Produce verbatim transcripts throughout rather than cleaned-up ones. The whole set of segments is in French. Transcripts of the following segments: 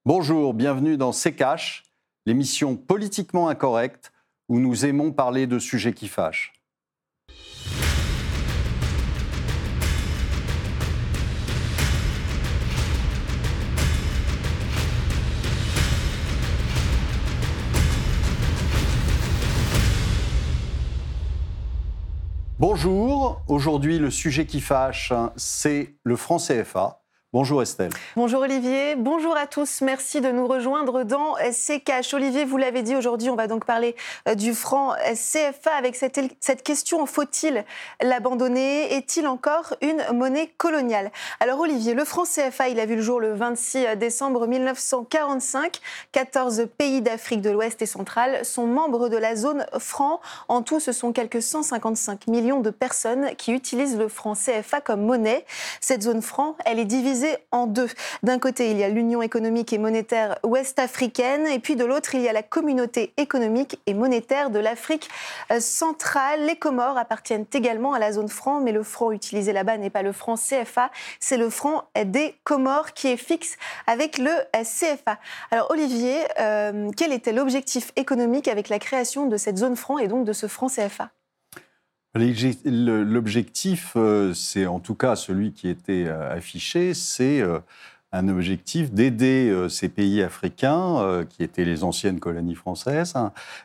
Bonjour, bienvenue dans C'est Cash, l'émission politiquement incorrecte où nous aimons parler de sujets qui fâchent. Bonjour, aujourd'hui le sujet qui fâche, c'est le franc C F A. Bonjour Estelle. Bonjour Olivier, bonjour à tous. Merci de nous rejoindre dans C'est Cash. Olivier, vous l'avez dit, aujourd'hui on va donc parler du franc C F A avec cette, cette question, faut-il l'abandonner? Est-il encore une monnaie coloniale? Alors Olivier, le franc C F A, il a vu le jour le vingt-six décembre mille neuf cent quarante-cinq. quatorze pays d'Afrique de l'Ouest et centrale sont membres de la zone franc. En tout, ce sont quelques cent cinquante-cinq millions de personnes qui utilisent le franc C F A comme monnaie. Cette zone franc, elle est divisée en deux. D'un côté, il y a l'Union économique et monétaire ouest-africaine, et puis de l'autre, il y a la communauté économique et monétaire de l'Afrique centrale. Les Comores appartiennent également à la zone franc, mais le franc utilisé là-bas n'est pas le franc C F A, c'est le franc des Comores qui est fixe avec le C F A. Alors Olivier, euh, quel était l'objectif économique avec la création de cette zone franc et donc de ce franc C F A ? L'objectif, c'est en tout cas celui qui était affiché, c'est un objectif d'aider ces pays africains, qui étaient les anciennes colonies françaises,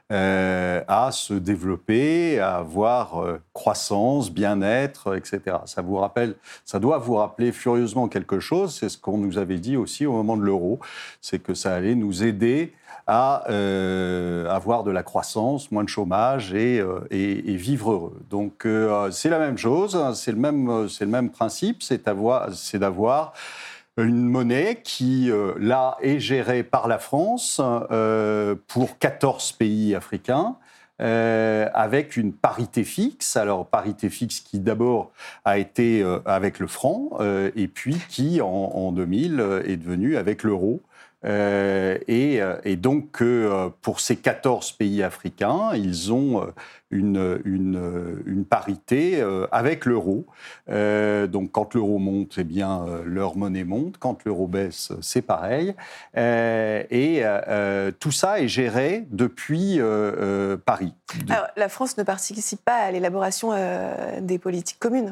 à se développer, à avoir croissance, bien-être, et cetera. Ça vous rappelle, ça doit vous rappeler furieusement quelque chose, c'est ce qu'on nous avait dit aussi au moment de l'euro, c'est que ça allait nous aider à euh, avoir de la croissance, moins de chômage et, euh, et, et vivre heureux. Donc euh, c'est la même chose, c'est le même, c'est le même principe, c'est, avoir, c'est d'avoir une monnaie qui, euh, là, est gérée par la France euh, pour quatorze pays africains, Euh, avec une parité fixe. Alors, parité fixe qui, d'abord, a été euh, avec le franc, euh, et puis qui, en, en deux mille, est devenue avec l'euro. Euh, et, et donc, euh, pour ces quatorze pays africains, ils ont une, une, une parité euh, avec l'euro. Euh, donc, quand l'euro monte, eh bien, euh, leur monnaie monte. Quand l'euro baisse, c'est pareil. Euh, et euh, tout ça est géré depuis euh, euh, Paris. De... Alors, la France ne participe pas à l'élaboration euh, des politiques communes.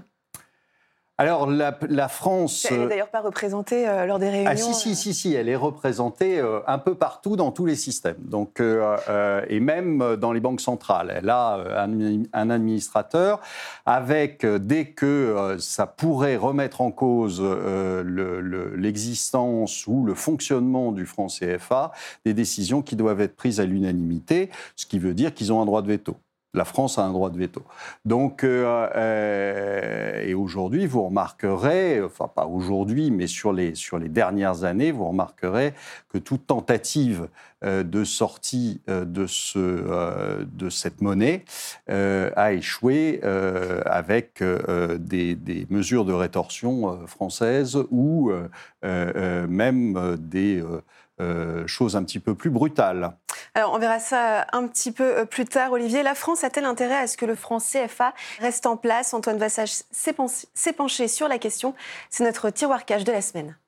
Alors, la, la France... Elle n'est d'ailleurs pas représentée euh, lors des réunions. Ah si, si, si, si, elle est représentée euh, un peu partout dans tous les systèmes. Donc, euh, euh, et même dans les banques centrales. Elle a un, un administrateur avec, euh, dès que euh, ça pourrait remettre en cause euh, le, le, l'existence ou le fonctionnement du franc C F A, des décisions qui doivent être prises à l'unanimité, ce qui veut dire qu'ils ont un droit de veto. La France a un droit de veto. Donc, euh, euh, et aujourd'hui, vous remarquerez, enfin pas aujourd'hui, mais sur les, sur les dernières années, vous remarquerez que toute tentative euh, de sortie euh, de, ce, euh, de cette monnaie euh, a échoué euh, avec euh, des, des mesures de rétorsion euh, françaises ou euh, euh, même des euh, euh, choses un petit peu plus brutales. Alors, on verra ça un petit peu plus tard, Olivier. La France a-t-elle intérêt à ce que le franc C F A reste en place? Antoine Vassage s'est penché sur la question. C'est notre tiroir cash de la semaine.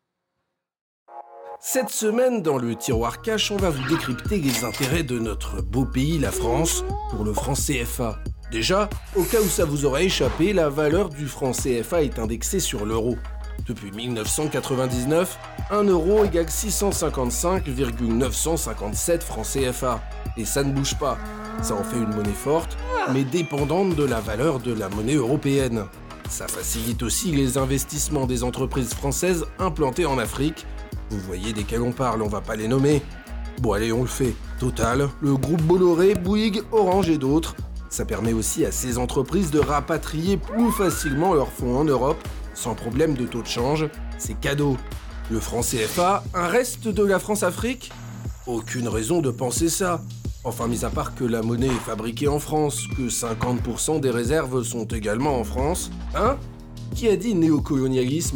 Cette semaine, dans le tiroir cash, on va vous décrypter les intérêts de notre beau pays, la France, pour le franc C F A. Déjà, au cas où ça vous aurait échappé, la valeur du franc C F A est indexée sur l'euro. Depuis mille neuf cent quatre-vingt-dix-neuf, un euro égale six cent cinquante-cinq virgule neuf cent cinquante-sept francs C F A. Et ça ne bouge pas. Ça en fait une monnaie forte, mais dépendante de la valeur de la monnaie européenne. Ça facilite aussi les investissements des entreprises françaises implantées en Afrique. Vous voyez desquelles on parle, on va pas les nommer. Bon allez, on le fait. Total, le groupe Bolloré, Bouygues, Orange et d'autres. Ça permet aussi à ces entreprises de rapatrier plus facilement leurs fonds en Europe, sans problème de taux de change, c'est cadeau. Le franc C F A, un reste de la France-Afrique ? Aucune raison de penser ça. Enfin, mis à part que la monnaie est fabriquée en France, que cinquante pour cent des réserves sont également en France. Hein ? Qui a dit néocolonialisme ?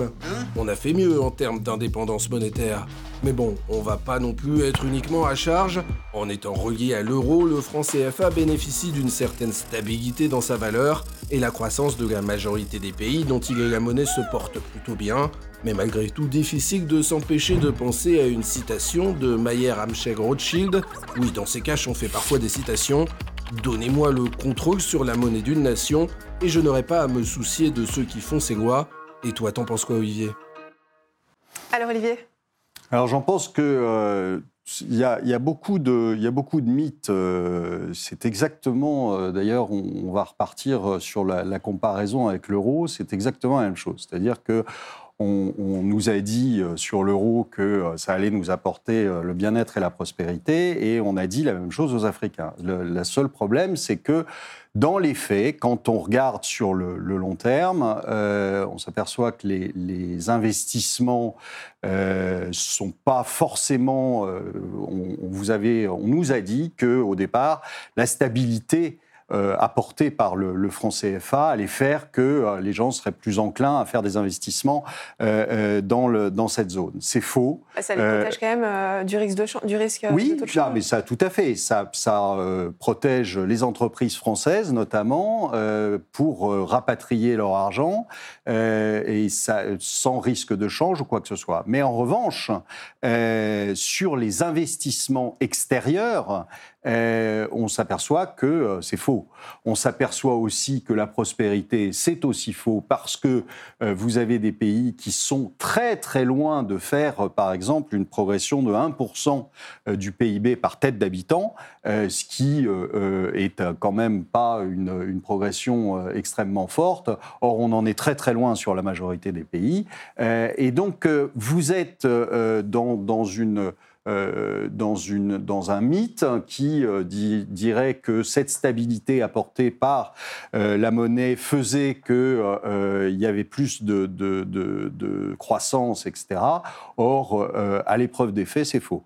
On a fait mieux en termes d'indépendance monétaire. Mais bon, on va pas non plus être uniquement à charge. En étant relié à l'euro, le franc C F A bénéficie d'une certaine stabilité dans sa valeur, et la croissance de la majorité des pays dont il est la monnaie se porte plutôt bien. Mais malgré tout, difficile de s'empêcher de penser à une citation de Mayer Amschel Rothschild. Oui, dans ces caches, on fait parfois des citations. « Donnez-moi le contrôle sur la monnaie d'une nation, et je n'aurai pas à me soucier de ceux qui font ces lois. » Et toi, t'en penses quoi, Olivier ? Alors, Olivier ? Alors, j'en pense que euh, y a, y a beaucoup de, y a beaucoup de mythes. Euh, c'est exactement, euh, d'ailleurs, on, on va repartir sur la, la comparaison avec l'euro. C'est exactement la même chose. C'est-à-dire que On, on nous a dit sur l'euro que ça allait nous apporter le bien-être et la prospérité, et on a dit la même chose aux Africains. Le, le seul problème, c'est que dans les faits, quand on regarde sur le, le long terme, euh, on s'aperçoit que les, les investissements euh, sont pas forcément. Euh, on, on, vous avait, on nous a dit que au départ, la stabilité Euh, apporté par le, le franc C F A allait faire que euh, les gens seraient plus enclins à faire des investissements euh, euh, dans, le, dans cette zone. C'est faux. Ça les protège euh, quand même euh, du risque de change, du risque oui, de taux de change. Oui, mais ça, tout à fait. Ça, ça euh, protège les entreprises françaises, notamment, euh, pour euh, rapatrier leur argent, euh, et ça, sans risque de change ou quoi que ce soit. Mais en revanche, euh, sur les investissements extérieurs, Euh, on s'aperçoit que euh, c'est faux. On s'aperçoit aussi que la prospérité, c'est aussi faux, parce que euh, vous avez des pays qui sont très très loin de faire, euh, par exemple, une progression de un pour cent euh, du P I B par tête d'habitant, euh, ce qui euh, euh, est quand même pas une, une progression euh, extrêmement forte. Or, on en est très très loin sur la majorité des pays. Euh, et donc, euh, vous êtes euh, dans, dans une... Euh, dans, une, dans un mythe qui euh, dit, dirait que cette stabilité apportée par euh, la monnaie faisait qu'il euh, y avait plus de, de, de, de croissance, et cetera. Or, euh, à l'épreuve des faits, c'est faux.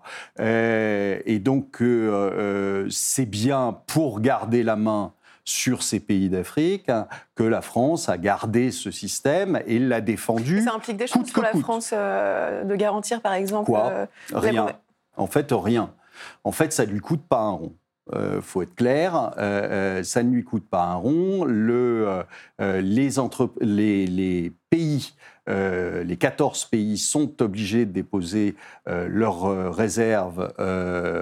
Euh, et donc, euh, c'est bien pour garder la main sur ces pays d'Afrique que la France a gardé ce système et l'a défendu. Ça implique des choses pour la coûte. France euh, de garantir, par exemple... Quoi euh, Rien. En fait, rien. En fait, ça ne lui coûte pas un rond. Il euh, faut être clair, euh, euh, ça ne lui coûte pas un rond. Le, euh, les, entre... les, les pays, euh, les quatorze pays sont obligés de déposer euh, leurs euh, réserves euh,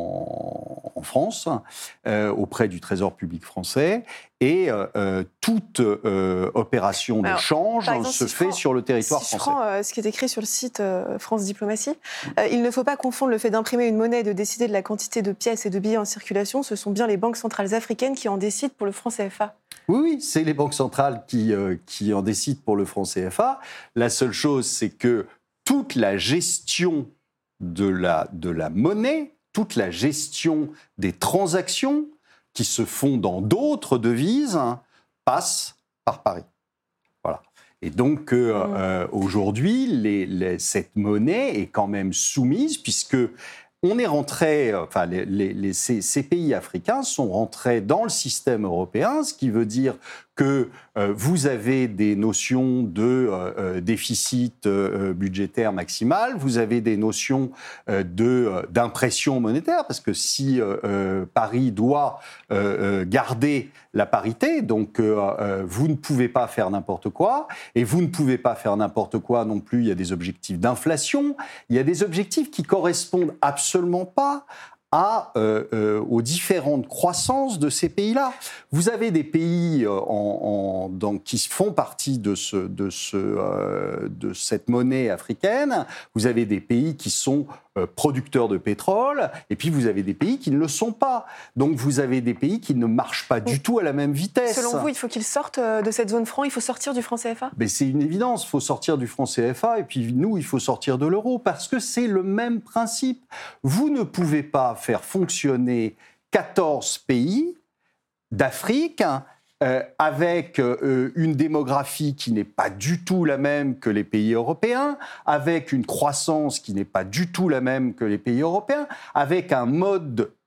en, en France, euh, auprès du Trésor public français. Et euh, toute euh, opération Alors, de change exemple, se si fait prends, sur le territoire si français. Je prends euh, ce qui est écrit sur le site euh, France Diplomatie. Euh, il ne faut pas confondre le fait d'imprimer une monnaie et de décider de la quantité de pièces et de billets en circulation. Ce sont bien les banques centrales africaines qui en décident pour le franc C F A. Oui, oui, c'est les banques centrales qui, euh, qui en décident pour le franc C F A. La seule chose, c'est que toute la gestion de la, de la monnaie, toute la gestion des transactions qui se font dans d'autres devises, hein, passe par Paris. Voilà. Et donc, euh, mmh. euh, aujourd'hui, les, les, cette monnaie est quand même soumise, puisque on est rentré, enfin, les, les, les, ces, ces pays africains sont rentrés dans le système européen, ce qui veut dire que euh, vous avez des notions de euh, déficit euh, budgétaire maximal, vous avez des notions euh, de, euh, d'impression monétaire, parce que si euh, euh, Paris doit euh, garder la parité, donc euh, euh, vous ne pouvez pas faire n'importe quoi, et vous ne pouvez pas faire n'importe quoi non plus, il y a des objectifs d'inflation, il y a des objectifs qui correspondent absolument pas À, euh, euh, aux différentes croissances de ces pays-là. Vous avez des pays euh, en, en, dans, qui font partie de, ce, de, ce, euh, de cette monnaie africaine, vous avez des pays qui sont euh, producteurs de pétrole, et puis vous avez des pays qui ne le sont pas. Donc vous avez des pays qui ne marchent pas du tout à la même vitesse. Selon vous, il faut qu'ils sortent de cette zone franc, il faut sortir du franc C F A ? Mais c'est une évidence, il faut sortir du franc C F A, et puis nous, il faut sortir de l'euro, parce que c'est le même principe. Vous ne pouvez pas faire fonctionner quatorze pays d'Afrique euh, avec euh, une démographie qui n'est pas du tout la même que les pays européens, avec une croissance qui n'est pas du tout la même que les pays européens, avec un mode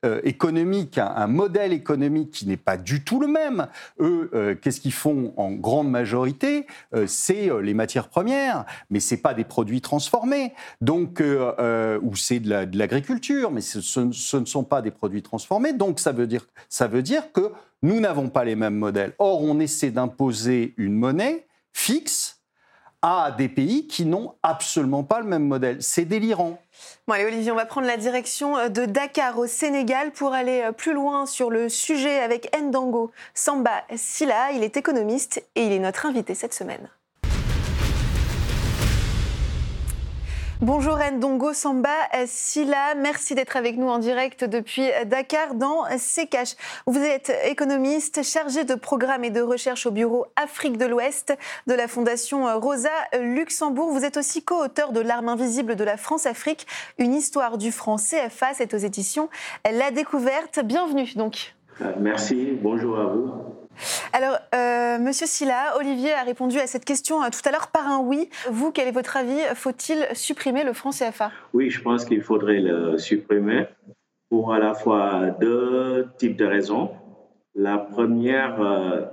euh, économique, un, un modèle économique qui n'est pas du tout le même. Eux, euh, qu'est-ce qu'ils font en grande majorité ? euh, C'est euh, les matières premières, mais c'est pas des produits transformés. Donc, euh, euh, ou c'est de, la, de l'agriculture, mais ce, ce, ce ne sont pas des produits transformés. Donc, ça veut dire, ça veut dire que nous n'avons pas les mêmes modèles. Or, on essaie d'imposer une monnaie fixe à des pays qui n'ont absolument pas le même modèle. C'est délirant. Bon allez Olivier, on va prendre la direction de Dakar au Sénégal pour aller plus loin sur le sujet avec Ndango Samba Sylla. Il est économiste et il est notre invité cette semaine. Bonjour Ndango Samba Sylla, merci d'être avec nous en direct depuis Dakar dans C Cash. Vous êtes économiste, chargé de programme et de recherche au bureau Afrique de l'Ouest de la Fondation Rosa Luxembourg. Vous êtes aussi co-auteur de L'arme invisible de la France-Afrique, une histoire du franc C F A, c'est aux éditions La Découverte. Bienvenue donc. Merci, bonjour à vous. Alors, euh, Monsieur Sylla, Olivier a répondu à cette question euh, tout à l'heure par un oui. Vous, quel est votre avis ? Faut-il supprimer le franc C F A ? Oui, je pense qu'il faudrait le supprimer pour à la fois deux types de raisons. La première euh,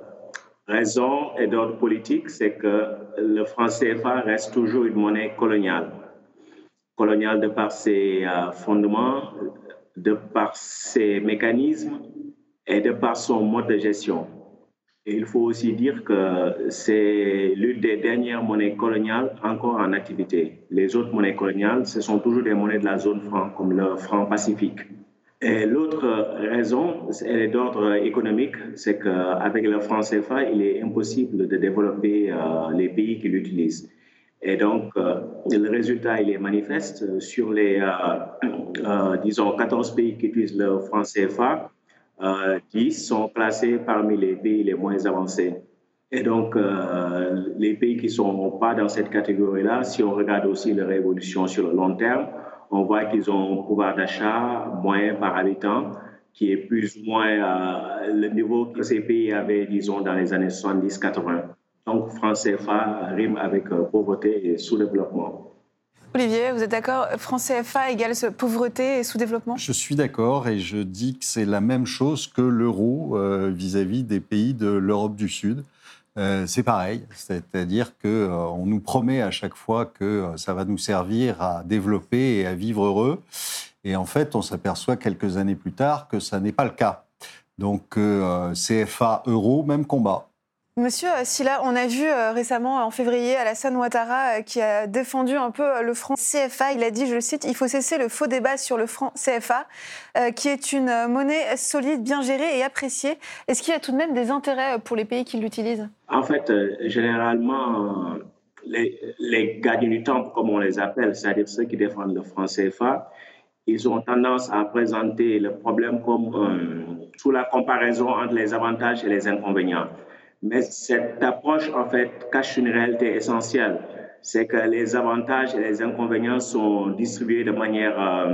raison est d'ordre politique, c'est que le franc C F A reste toujours une monnaie coloniale. Coloniale de par ses euh, fondements, de par ses mécanismes et de par son mode de gestion. Et il faut aussi dire que c'est l'une des dernières monnaies coloniales encore en activité. Les autres monnaies coloniales, ce sont toujours des monnaies de la zone franc, comme le franc pacifique. Et l'autre raison, elle est d'ordre économique, c'est qu'avec le franc C F A, il est impossible de développer euh, les pays qui l'utilisent. Et donc, euh, le résultat, il est manifeste. Sur les, euh, euh, disons, quatorze pays qui utilisent le franc C F A, Euh, dix sont classés parmi les pays les moins avancés. Et donc, euh, les pays qui ne sont pas dans cette catégorie-là, si on regarde aussi leur évolution sur le long terme, on voit qu'ils ont un pouvoir d'achat moyen par habitant qui est plus ou moins euh, le niveau que ces pays avaient, disons, dans les années soixante-dix quatre-vingts. Donc, franc C F A rime avec euh, pauvreté et sous-développement. Olivier, vous êtes d'accord ? Franc C F A égale pauvreté et sous-développement ? Je suis d'accord et je dis que c'est la même chose que l'euro euh, vis-à-vis des pays de l'Europe du Sud. Euh, c'est pareil, c'est-à-dire qu'on euh, nous promet à chaque fois que euh, ça va nous servir à développer et à vivre heureux. Et en fait, on s'aperçoit quelques années plus tard que ça n'est pas le cas. Donc euh, C F A, euro, même combat. Monsieur Sylla, on a vu euh, récemment, en février, Alassane Ouattara euh, qui a défendu un peu euh, le franc C F A. Il a dit, je le cite, « Il faut cesser le faux débat sur le franc C F A, euh, qui est une monnaie solide, bien gérée et appréciée. » Est-ce qu'il y a tout de même des intérêts pour les pays qui l'utilisent ? En fait, euh, généralement, euh, les, les gardiens du temple, comme on les appelle, c'est-à-dire ceux qui défendent le franc C F A, ils ont tendance à présenter le problème comme euh, sous la comparaison entre les avantages et les inconvénients. Mais cette approche, en fait, cache une réalité essentielle. C'est que les avantages et les inconvénients sont distribués de manière euh,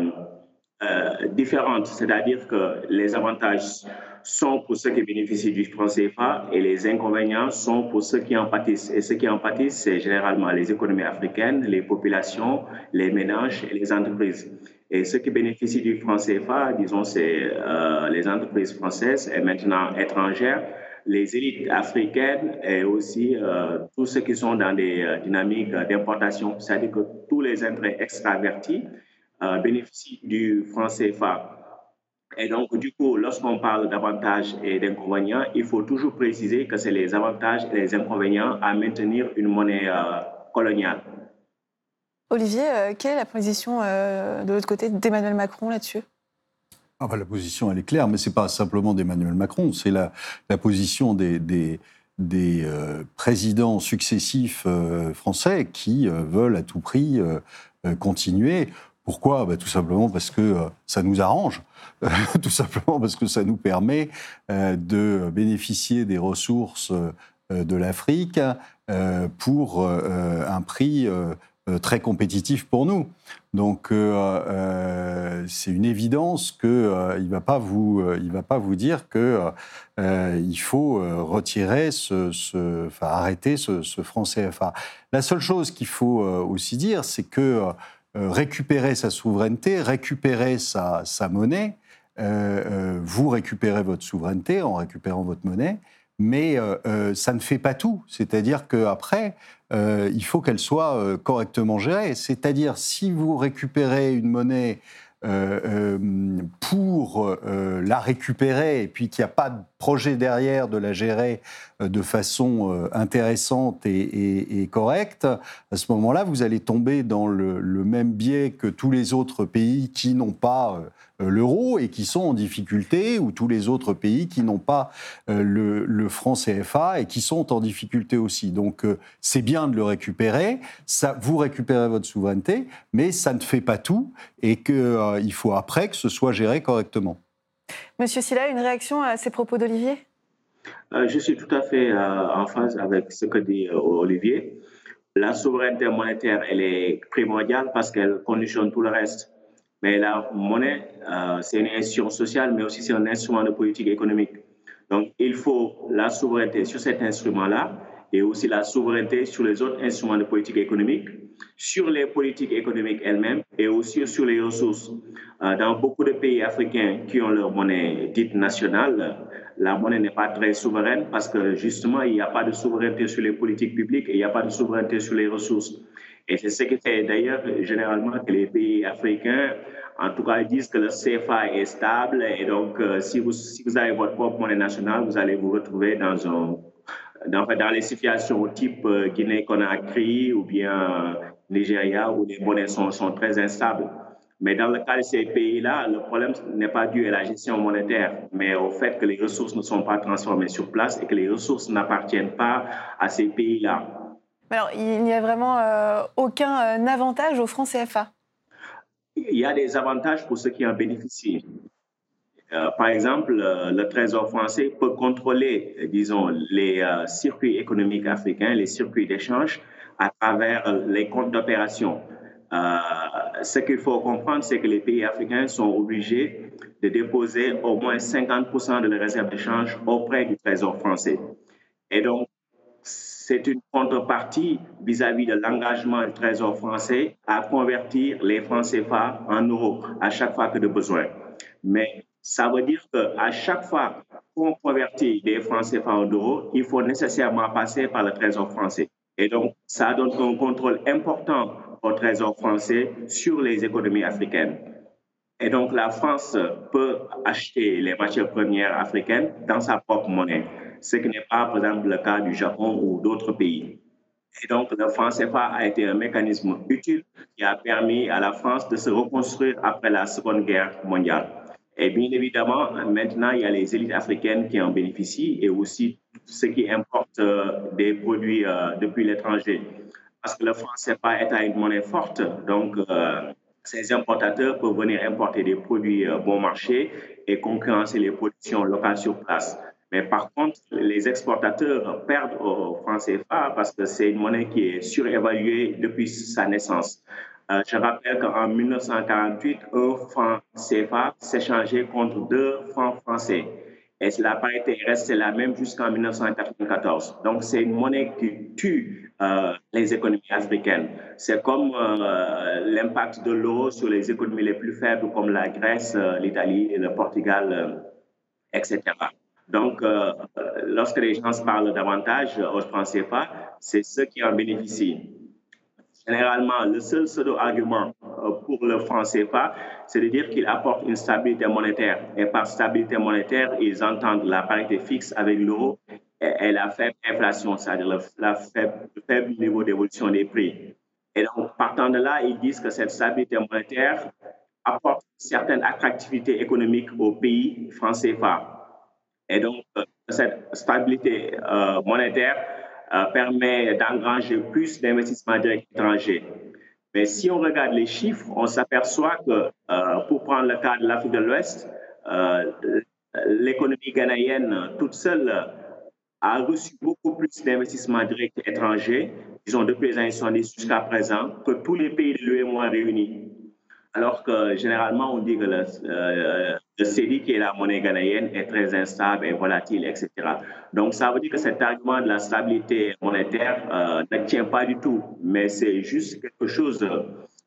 euh, différente. C'est-à-dire que les avantages sont pour ceux qui bénéficient du franc C F A et les inconvénients sont pour ceux qui en pâtissent. Et ceux qui en pâtissent, c'est généralement les économies africaines, les populations, les ménages et les entreprises. Et ceux qui bénéficient du franc C F A, disons, c'est euh, les entreprises françaises et maintenant étrangères, les élites africaines et aussi euh, tous ceux qui sont dans des euh, dynamiques d'importation, c'est-à-dire que tous les intérêts extravertis euh, bénéficient du franc C F A. Et donc, du coup, lorsqu'on parle d'avantages et d'inconvénients, il faut toujours préciser que c'est les avantages et les inconvénients à maintenir une monnaie euh, coloniale. Olivier, euh, quelle est la position euh, de l'autre côté d'Emmanuel Macron là-dessus ? Ah bah, la position, elle est claire, mais ce n'est pas simplement d'Emmanuel Macron, c'est la, la position des, des, des euh, présidents successifs euh, français qui euh, veulent à tout prix euh, euh, continuer. Pourquoi ? Bah, tout simplement parce que euh, ça nous arrange, tout simplement parce que ça nous permet euh, de bénéficier des ressources euh, de l'Afrique euh, pour euh, un prix euh, très compétitif pour nous. Donc, euh, euh, c'est une évidence qu'il euh, ne va pas vous, euh, il va pas vous dire qu'il euh, faut euh, retirer, ce, ce, enfin, arrêter ce, ce franc C F A. La seule chose qu'il faut euh, aussi dire, c'est que euh, récupérer sa souveraineté, récupérer sa, sa monnaie, euh, vous récupérez votre souveraineté en récupérant votre monnaie, mais euh, euh, ça ne fait pas tout. C'est-à-dire qu'après, euh, il faut qu'elle soit euh, correctement gérée. C'est-à-dire, si vous récupérez une monnaie euh, euh, pour euh, la récupérer et puis qu'il n'y a pas de projet derrière de la gérer euh, de façon euh, intéressante et, et, et correcte, à ce moment-là, vous allez tomber dans le, le même biais que tous les autres pays qui n'ont pas euh, l'euro et qui sont en difficulté, ou tous les autres pays qui n'ont pas euh, le, le franc C F A et qui sont en difficulté aussi. Donc, euh, c'est bien de le récupérer, ça, vous récupérez votre souveraineté, mais ça ne fait pas tout et qu'il euh, faut après que ce soit géré correctement. Monsieur Sylla, une réaction à ces propos d'Olivier ? euh, Je suis tout à fait euh, en phase avec ce que dit euh, Olivier. La souveraineté monétaire, elle est primordiale parce qu'elle conditionne tout le reste. Mais la monnaie, euh, c'est une institution sociale, mais aussi c'est un instrument de politique économique. Donc, il faut la souveraineté sur cet instrument-là et aussi la souveraineté sur les autres instruments de politique économique, sur les politiques économiques elles-mêmes et aussi sur les ressources. Euh, dans beaucoup de pays africains qui ont leur monnaie dite nationale, la monnaie n'est pas très souveraine parce que justement, il n'y a pas de souveraineté sur les politiques publiques et il n'y a pas de souveraineté sur les ressources. Et c'est ce qui fait d'ailleurs généralement que les pays africains, en tout cas, disent que le C F A est stable. Et donc, euh, si, vous, si vous avez votre propre monnaie nationale, vous allez vous retrouver dans, un, dans, dans les situations type euh, Guinée-Conakry ou bien euh, Nigeria où les monnaies sont, sont très instables. Mais dans le cas de ces pays-là, le problème n'est pas dû à la gestion monétaire, mais au fait que les ressources ne sont pas transformées sur place et que les ressources n'appartiennent pas à ces pays-là. Alors, il n'y a vraiment euh, aucun euh, avantage au franc C F A. Il y a des avantages pour ceux qui en bénéficient. Euh, par exemple, euh, le Trésor français peut contrôler, euh, disons, les euh, circuits économiques africains, les circuits d'échange à travers euh, les comptes d'opération. Euh, ce qu'il faut comprendre, c'est que les pays africains sont obligés de déposer au moins cinquante pour cent de leurs réserves d'échange auprès du Trésor français. Et donc, c'est une contrepartie vis-à-vis de l'engagement du Trésor français à convertir les francs C F A en euros à chaque fois que de besoin. Mais ça veut dire qu'à chaque fois qu'on convertit les francs C F A en euros, il faut nécessairement passer par le Trésor français. Et donc, ça donne un contrôle important au Trésor français sur les économies africaines. Et donc, la France peut acheter les matières premières africaines dans sa propre monnaie, ce qui n'est pas, par exemple, le cas du Japon ou d'autres pays. Et donc, le franc C F A a été un mécanisme utile qui a permis à la France de se reconstruire après la Seconde Guerre mondiale. Et bien évidemment, maintenant, il y a les élites africaines qui en bénéficient et aussi ceux qui importent des produits depuis l'étranger. Parce que le franc C F A est à une monnaie forte, donc euh, ces importateurs peuvent venir importer des produits euh, bon marché et concurrencer les productions locales sur place. Mais par contre, les exportateurs perdent au franc C F A parce que c'est une monnaie qui est surévaluée depuis sa naissance. Euh, je rappelle qu'en mille neuf cent quarante-huit, un franc C F A s'échangeait contre deux francs français. Et la parité est restée la même jusqu'en mille neuf cent quatre-vingt-quatorze. Donc, c'est une monnaie qui tue euh, les économies africaines. C'est comme euh, l'impact de l'euro sur les économies les plus faibles, comme la Grèce, euh, l'Italie, le Portugal, euh, et cetera. Donc, euh, lorsque les gens parlent davantage au franc C F A, c'est ceux qui en bénéficient. Généralement, le seul pseudo-argument pour le franc C F A, c'est de dire qu'il apporte une stabilité monétaire. Et par stabilité monétaire, ils entendent la parité fixe avec l'euro et, et la faible inflation, c'est-à-dire le, la faible, le faible niveau d'évolution des prix. Et donc, partant de là, ils disent que cette stabilité monétaire apporte une certaine attractivité économique au pays franc C F A. Et donc, cette stabilité euh, monétaire euh, permet d'engranger plus d'investissements directs étrangers. Mais si on regarde les chiffres, on s'aperçoit que, euh, pour prendre le cas de l'Afrique de l'Ouest, euh, l'économie ghanéenne toute seule a reçu beaucoup plus d'investissements directs étrangers, disons depuis les années soixante-dix jusqu'à présent, que tous les pays de l'U E M O A réunis. Alors que généralement, on dit que le, euh, le C D I, qui est la monnaie ghanéenne, est très instable et volatile, et cetera. Donc, ça veut dire que cet argument de la stabilité monétaire euh, ne tient pas du tout, mais c'est juste quelque chose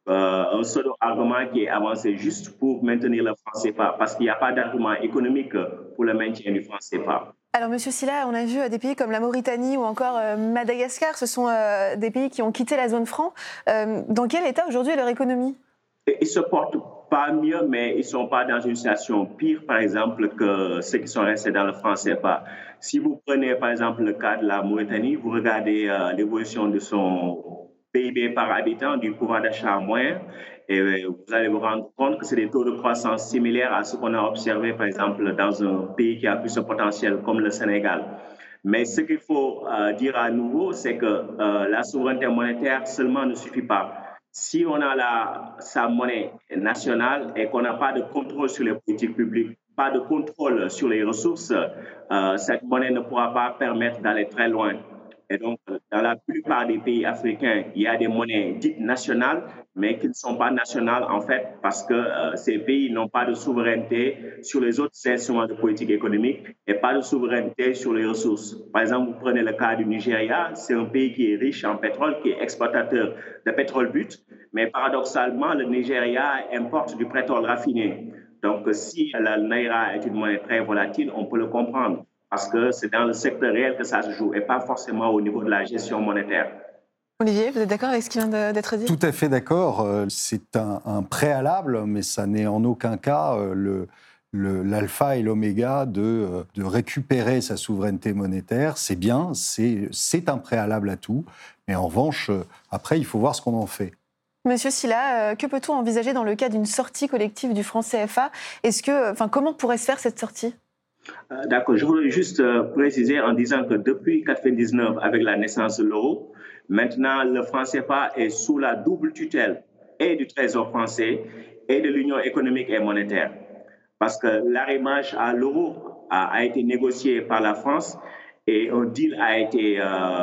euh, un pseudo-argument qui est avancé juste pour maintenir le franc C F A, parce qu'il n'y a pas d'argument économique pour le maintien du franc C F A. Alors, Monsieur Sylla, on a vu des pays comme la Mauritanie ou encore euh, Madagascar, ce sont euh, des pays qui ont quitté la zone franc. Euh, dans quel état aujourd'hui est leur économie? Ils se portent pas mieux, mais ils ne sont pas dans une situation pire, par exemple, que ceux qui sont restés dans le franc C F A. Si vous prenez, par exemple, le cas de la Mauritanie, vous regardez euh, l'évolution de son P I B par habitant, du pouvoir d'achat moyen, et vous allez vous rendre compte que c'est des taux de croissance similaires à ce qu'on a observé, par exemple, dans un pays qui a plus de potentiel comme le Sénégal. Mais ce qu'il faut euh, dire à nouveau, c'est que euh, la souveraineté monétaire seulement ne suffit pas. Si on a la, sa monnaie nationale et qu'on n'a pas de contrôle sur les politiques publiques, pas de contrôle sur les ressources, euh, cette monnaie ne pourra pas permettre d'aller très loin. Et donc, dans la plupart des pays africains, il y a des monnaies dites nationales, mais qui ne sont pas nationales, en fait, parce que euh, ces pays n'ont pas de souveraineté sur les autres instruments de politique économique et pas de souveraineté sur les ressources. Par exemple, vous prenez le cas du Nigeria, c'est un pays qui est riche en pétrole, qui est exportateur de pétrole brut, mais paradoxalement, le Nigeria importe du pétrole raffiné. Donc, si la naira est une monnaie très volatile, on peut le comprendre, parce que c'est dans le secteur réel que ça se joue et pas forcément au niveau de la gestion monétaire. Olivier, vous êtes d'accord avec ce qui vient d'être dit? Tout à fait d'accord. C'est un, un préalable, mais ça n'est en aucun cas le, le, l'alpha et l'oméga de, de récupérer sa souveraineté monétaire. C'est bien, c'est, c'est un préalable à tout. Mais en revanche, après, il faut voir ce qu'on en fait. Monsieur Sylla, que peut-on envisager dans le cas d'une sortie collective du franc C F A? Est-ce que, enfin, comment pourrait se faire cette sortie? Euh, D'accord, je voulais juste euh, préciser en disant que depuis mille neuf cent quatre-vingt-dix-neuf, avec la naissance de l'euro, maintenant le franc C F A est sous la double tutelle et du Trésor français et de l'Union économique et monétaire. Parce que l'arrimage à l'euro a, a été négocié par la France et un deal a été, euh,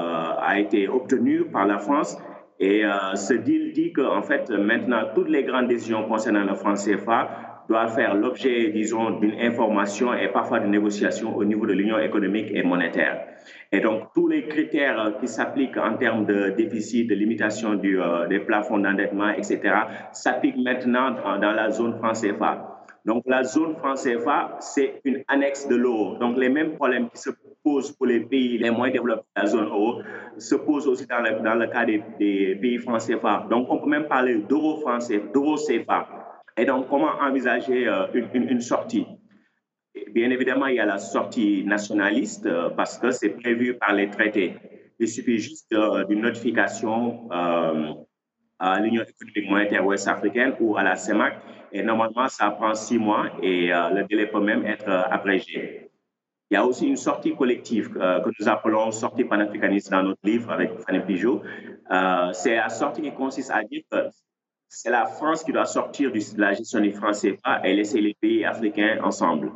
a été obtenu par la France. Et euh, ce deal dit qu'en fait, maintenant, toutes les grandes décisions concernant le franc C F A doit faire l'objet, disons, d'une information et parfois de négociations au niveau de l'Union économique et monétaire. Et donc, tous les critères qui s'appliquent en termes de déficit, de limitation du, euh, des plafonds d'endettement, et cetera, s'appliquent maintenant dans, dans la zone franc C F A. Donc, la zone franc C F A, c'est une annexe de l'euro. Donc, les mêmes problèmes qui se posent pour les pays les moins développés de la zone euro se posent aussi dans le, dans le cas des, des pays franc C F A. Donc, on peut même parler d'euro français, d'euro C F A. Et donc, comment envisager euh, une, une, une sortie? Bien évidemment, il y a la sortie nationaliste euh, parce que c'est prévu par les traités. Il suffit juste euh, d'une notification euh, à l'Union économique monétaire ouest africaine ou à la CEMAC. Et normalement, ça prend six mois et euh, le délai peut même être euh, abrégé. Il y a aussi une sortie collective euh, que nous appelons sortie panafricaniste dans notre livre avec Fanny Pigeot. Euh, c'est la sortie qui consiste à dire que c'est la France qui doit sortir de la gestion du franc C F A et laisser les pays africains ensemble.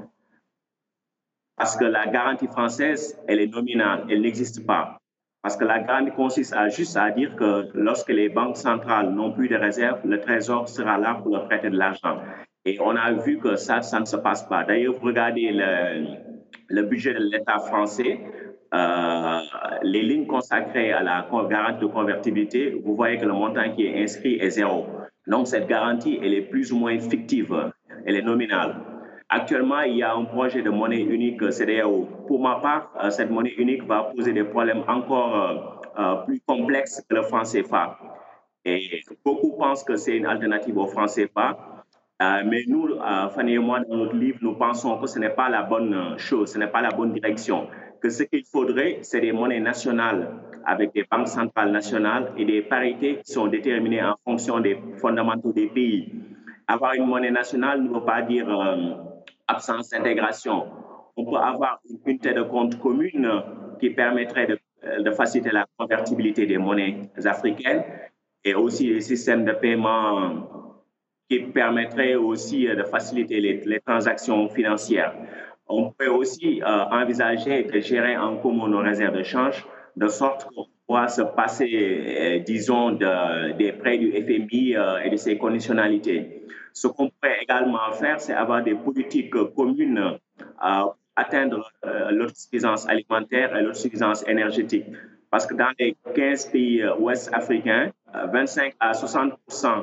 Parce que la garantie française, elle est nominale, elle n'existe pas. Parce que la garantie consiste à juste à dire que lorsque les banques centrales n'ont plus de réserves, le Trésor sera là pour leur prêter de l'argent. Et on a vu que ça, ça ne se passe pas. D'ailleurs, vous regardez le, le budget de l'État français, euh, les lignes consacrées à la garantie de convertibilité, vous voyez que le montant qui est inscrit est zéro. Donc, cette garantie, elle est plus ou moins fictive, elle est nominale. Actuellement, il y a un projet de monnaie unique C D A O. Pour ma part, cette monnaie unique va poser des problèmes encore euh, plus complexes que le franc C F A. Et beaucoup pensent que c'est une alternative au franc C F A. Euh, mais nous, euh, Fanny et moi, dans notre livre, nous pensons que ce n'est pas la bonne chose, ce n'est pas la bonne direction. Que ce qu'il faudrait, c'est des monnaies nationales avec des banques centrales nationales et des parités qui sont déterminées en fonction des fondamentaux des pays. Avoir une monnaie nationale ne veut pas dire euh, absence d'intégration. On peut avoir une unité de compte commune qui permettrait de, de faciliter la convertibilité des monnaies africaines et aussi des systèmes de paiement qui permettraient aussi de faciliter les, les transactions financières. On peut aussi euh, envisager de gérer en commun nos réserves de change de sorte qu'on pourra se passer, euh, disons, de, des prêts du F M I euh, et de ses conditionnalités. Ce qu'on pourrait également faire, c'est avoir des politiques communes euh, pour atteindre euh, l'autosuffisance alimentaire et l'autosuffisance énergétique. Parce que dans les quinze pays euh, ouest africains, euh, vingt-cinq à soixante pour cent de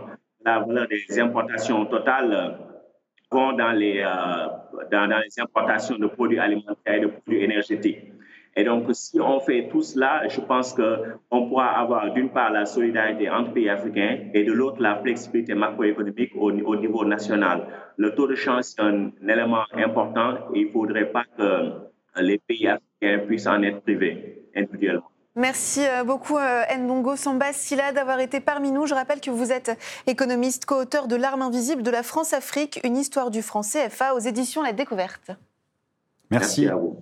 la valeur des importations totales vont dans les, euh, dans, dans les importations de produits alimentaires et de produits énergétiques. Et donc, si on fait tout cela, je pense qu'on pourra avoir d'une part la solidarité entre pays africains et de l'autre la flexibilité macroéconomique au, au niveau national. Le taux de change est un élément important et il ne faudrait pas que les pays africains puissent en être privés individuellement. Merci beaucoup Ndongo Samba Sylla d'avoir été parmi nous. Je rappelle que vous êtes économiste, co-auteur de L'arme invisible de la France-Afrique, une histoire du franc C F A aux éditions La Découverte. Merci. Merci à vous.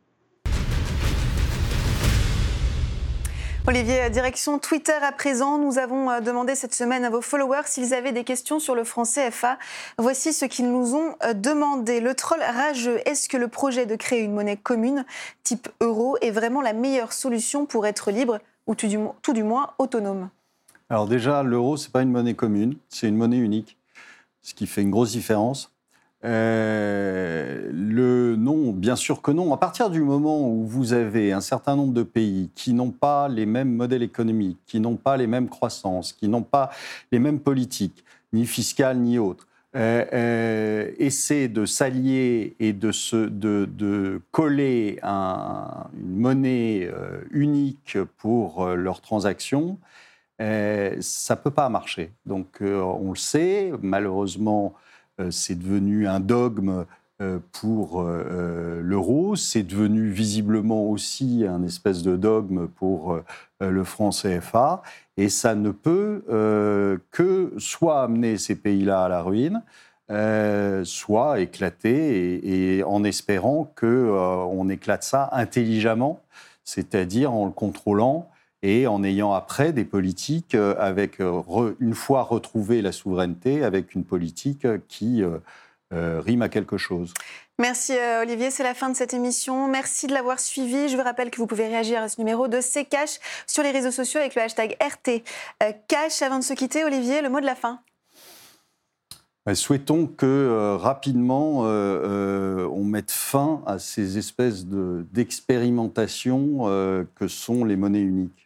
Olivier, direction Twitter à présent. Nous avons demandé cette semaine à vos followers s'ils avaient des questions sur le franc C F A. Voici ce qu'ils nous ont demandé. Le troll rageux, est-ce que le projet de créer une monnaie commune type euro est vraiment la meilleure solution pour être libre ou tout du, tout du moins autonome? Alors déjà, l'euro, ce n'est pas une monnaie commune, c'est une monnaie unique, ce qui fait une grosse différence. Euh, le non, bien sûr que non. À partir du moment où vous avez un certain nombre de pays qui n'ont pas les mêmes modèles économiques, qui n'ont pas les mêmes croissances, qui n'ont pas les mêmes politiques, ni fiscales ni autres, euh, euh, essaient de s'allier et de, se, de, de coller un, une monnaie euh, unique pour euh, leurs transactions, euh, ça ne peut pas marcher. Donc euh, on le sait, malheureusement, c'est devenu un dogme pour l'euro, c'est devenu visiblement aussi un espèce de dogme pour le franc C F A, et ça ne peut que soit amener ces pays-là à la ruine, soit éclater, et, et en espérant qu'on éclate ça intelligemment, c'est-à-dire en le contrôlant, et en ayant après des politiques avec, une fois retrouvée la souveraineté, avec une politique qui euh, euh, rime à quelque chose. Merci Olivier, c'est la fin de cette émission. Merci de l'avoir suivi. Je vous rappelle que vous pouvez réagir à ce numéro de C Cash sur les réseaux sociaux avec le hashtag R T Cash. Avant de se quitter, Olivier, le mot de la fin. Souhaitons que euh, rapidement euh, euh, on mette fin à ces espèces de, d'expérimentations euh, que sont les monnaies uniques.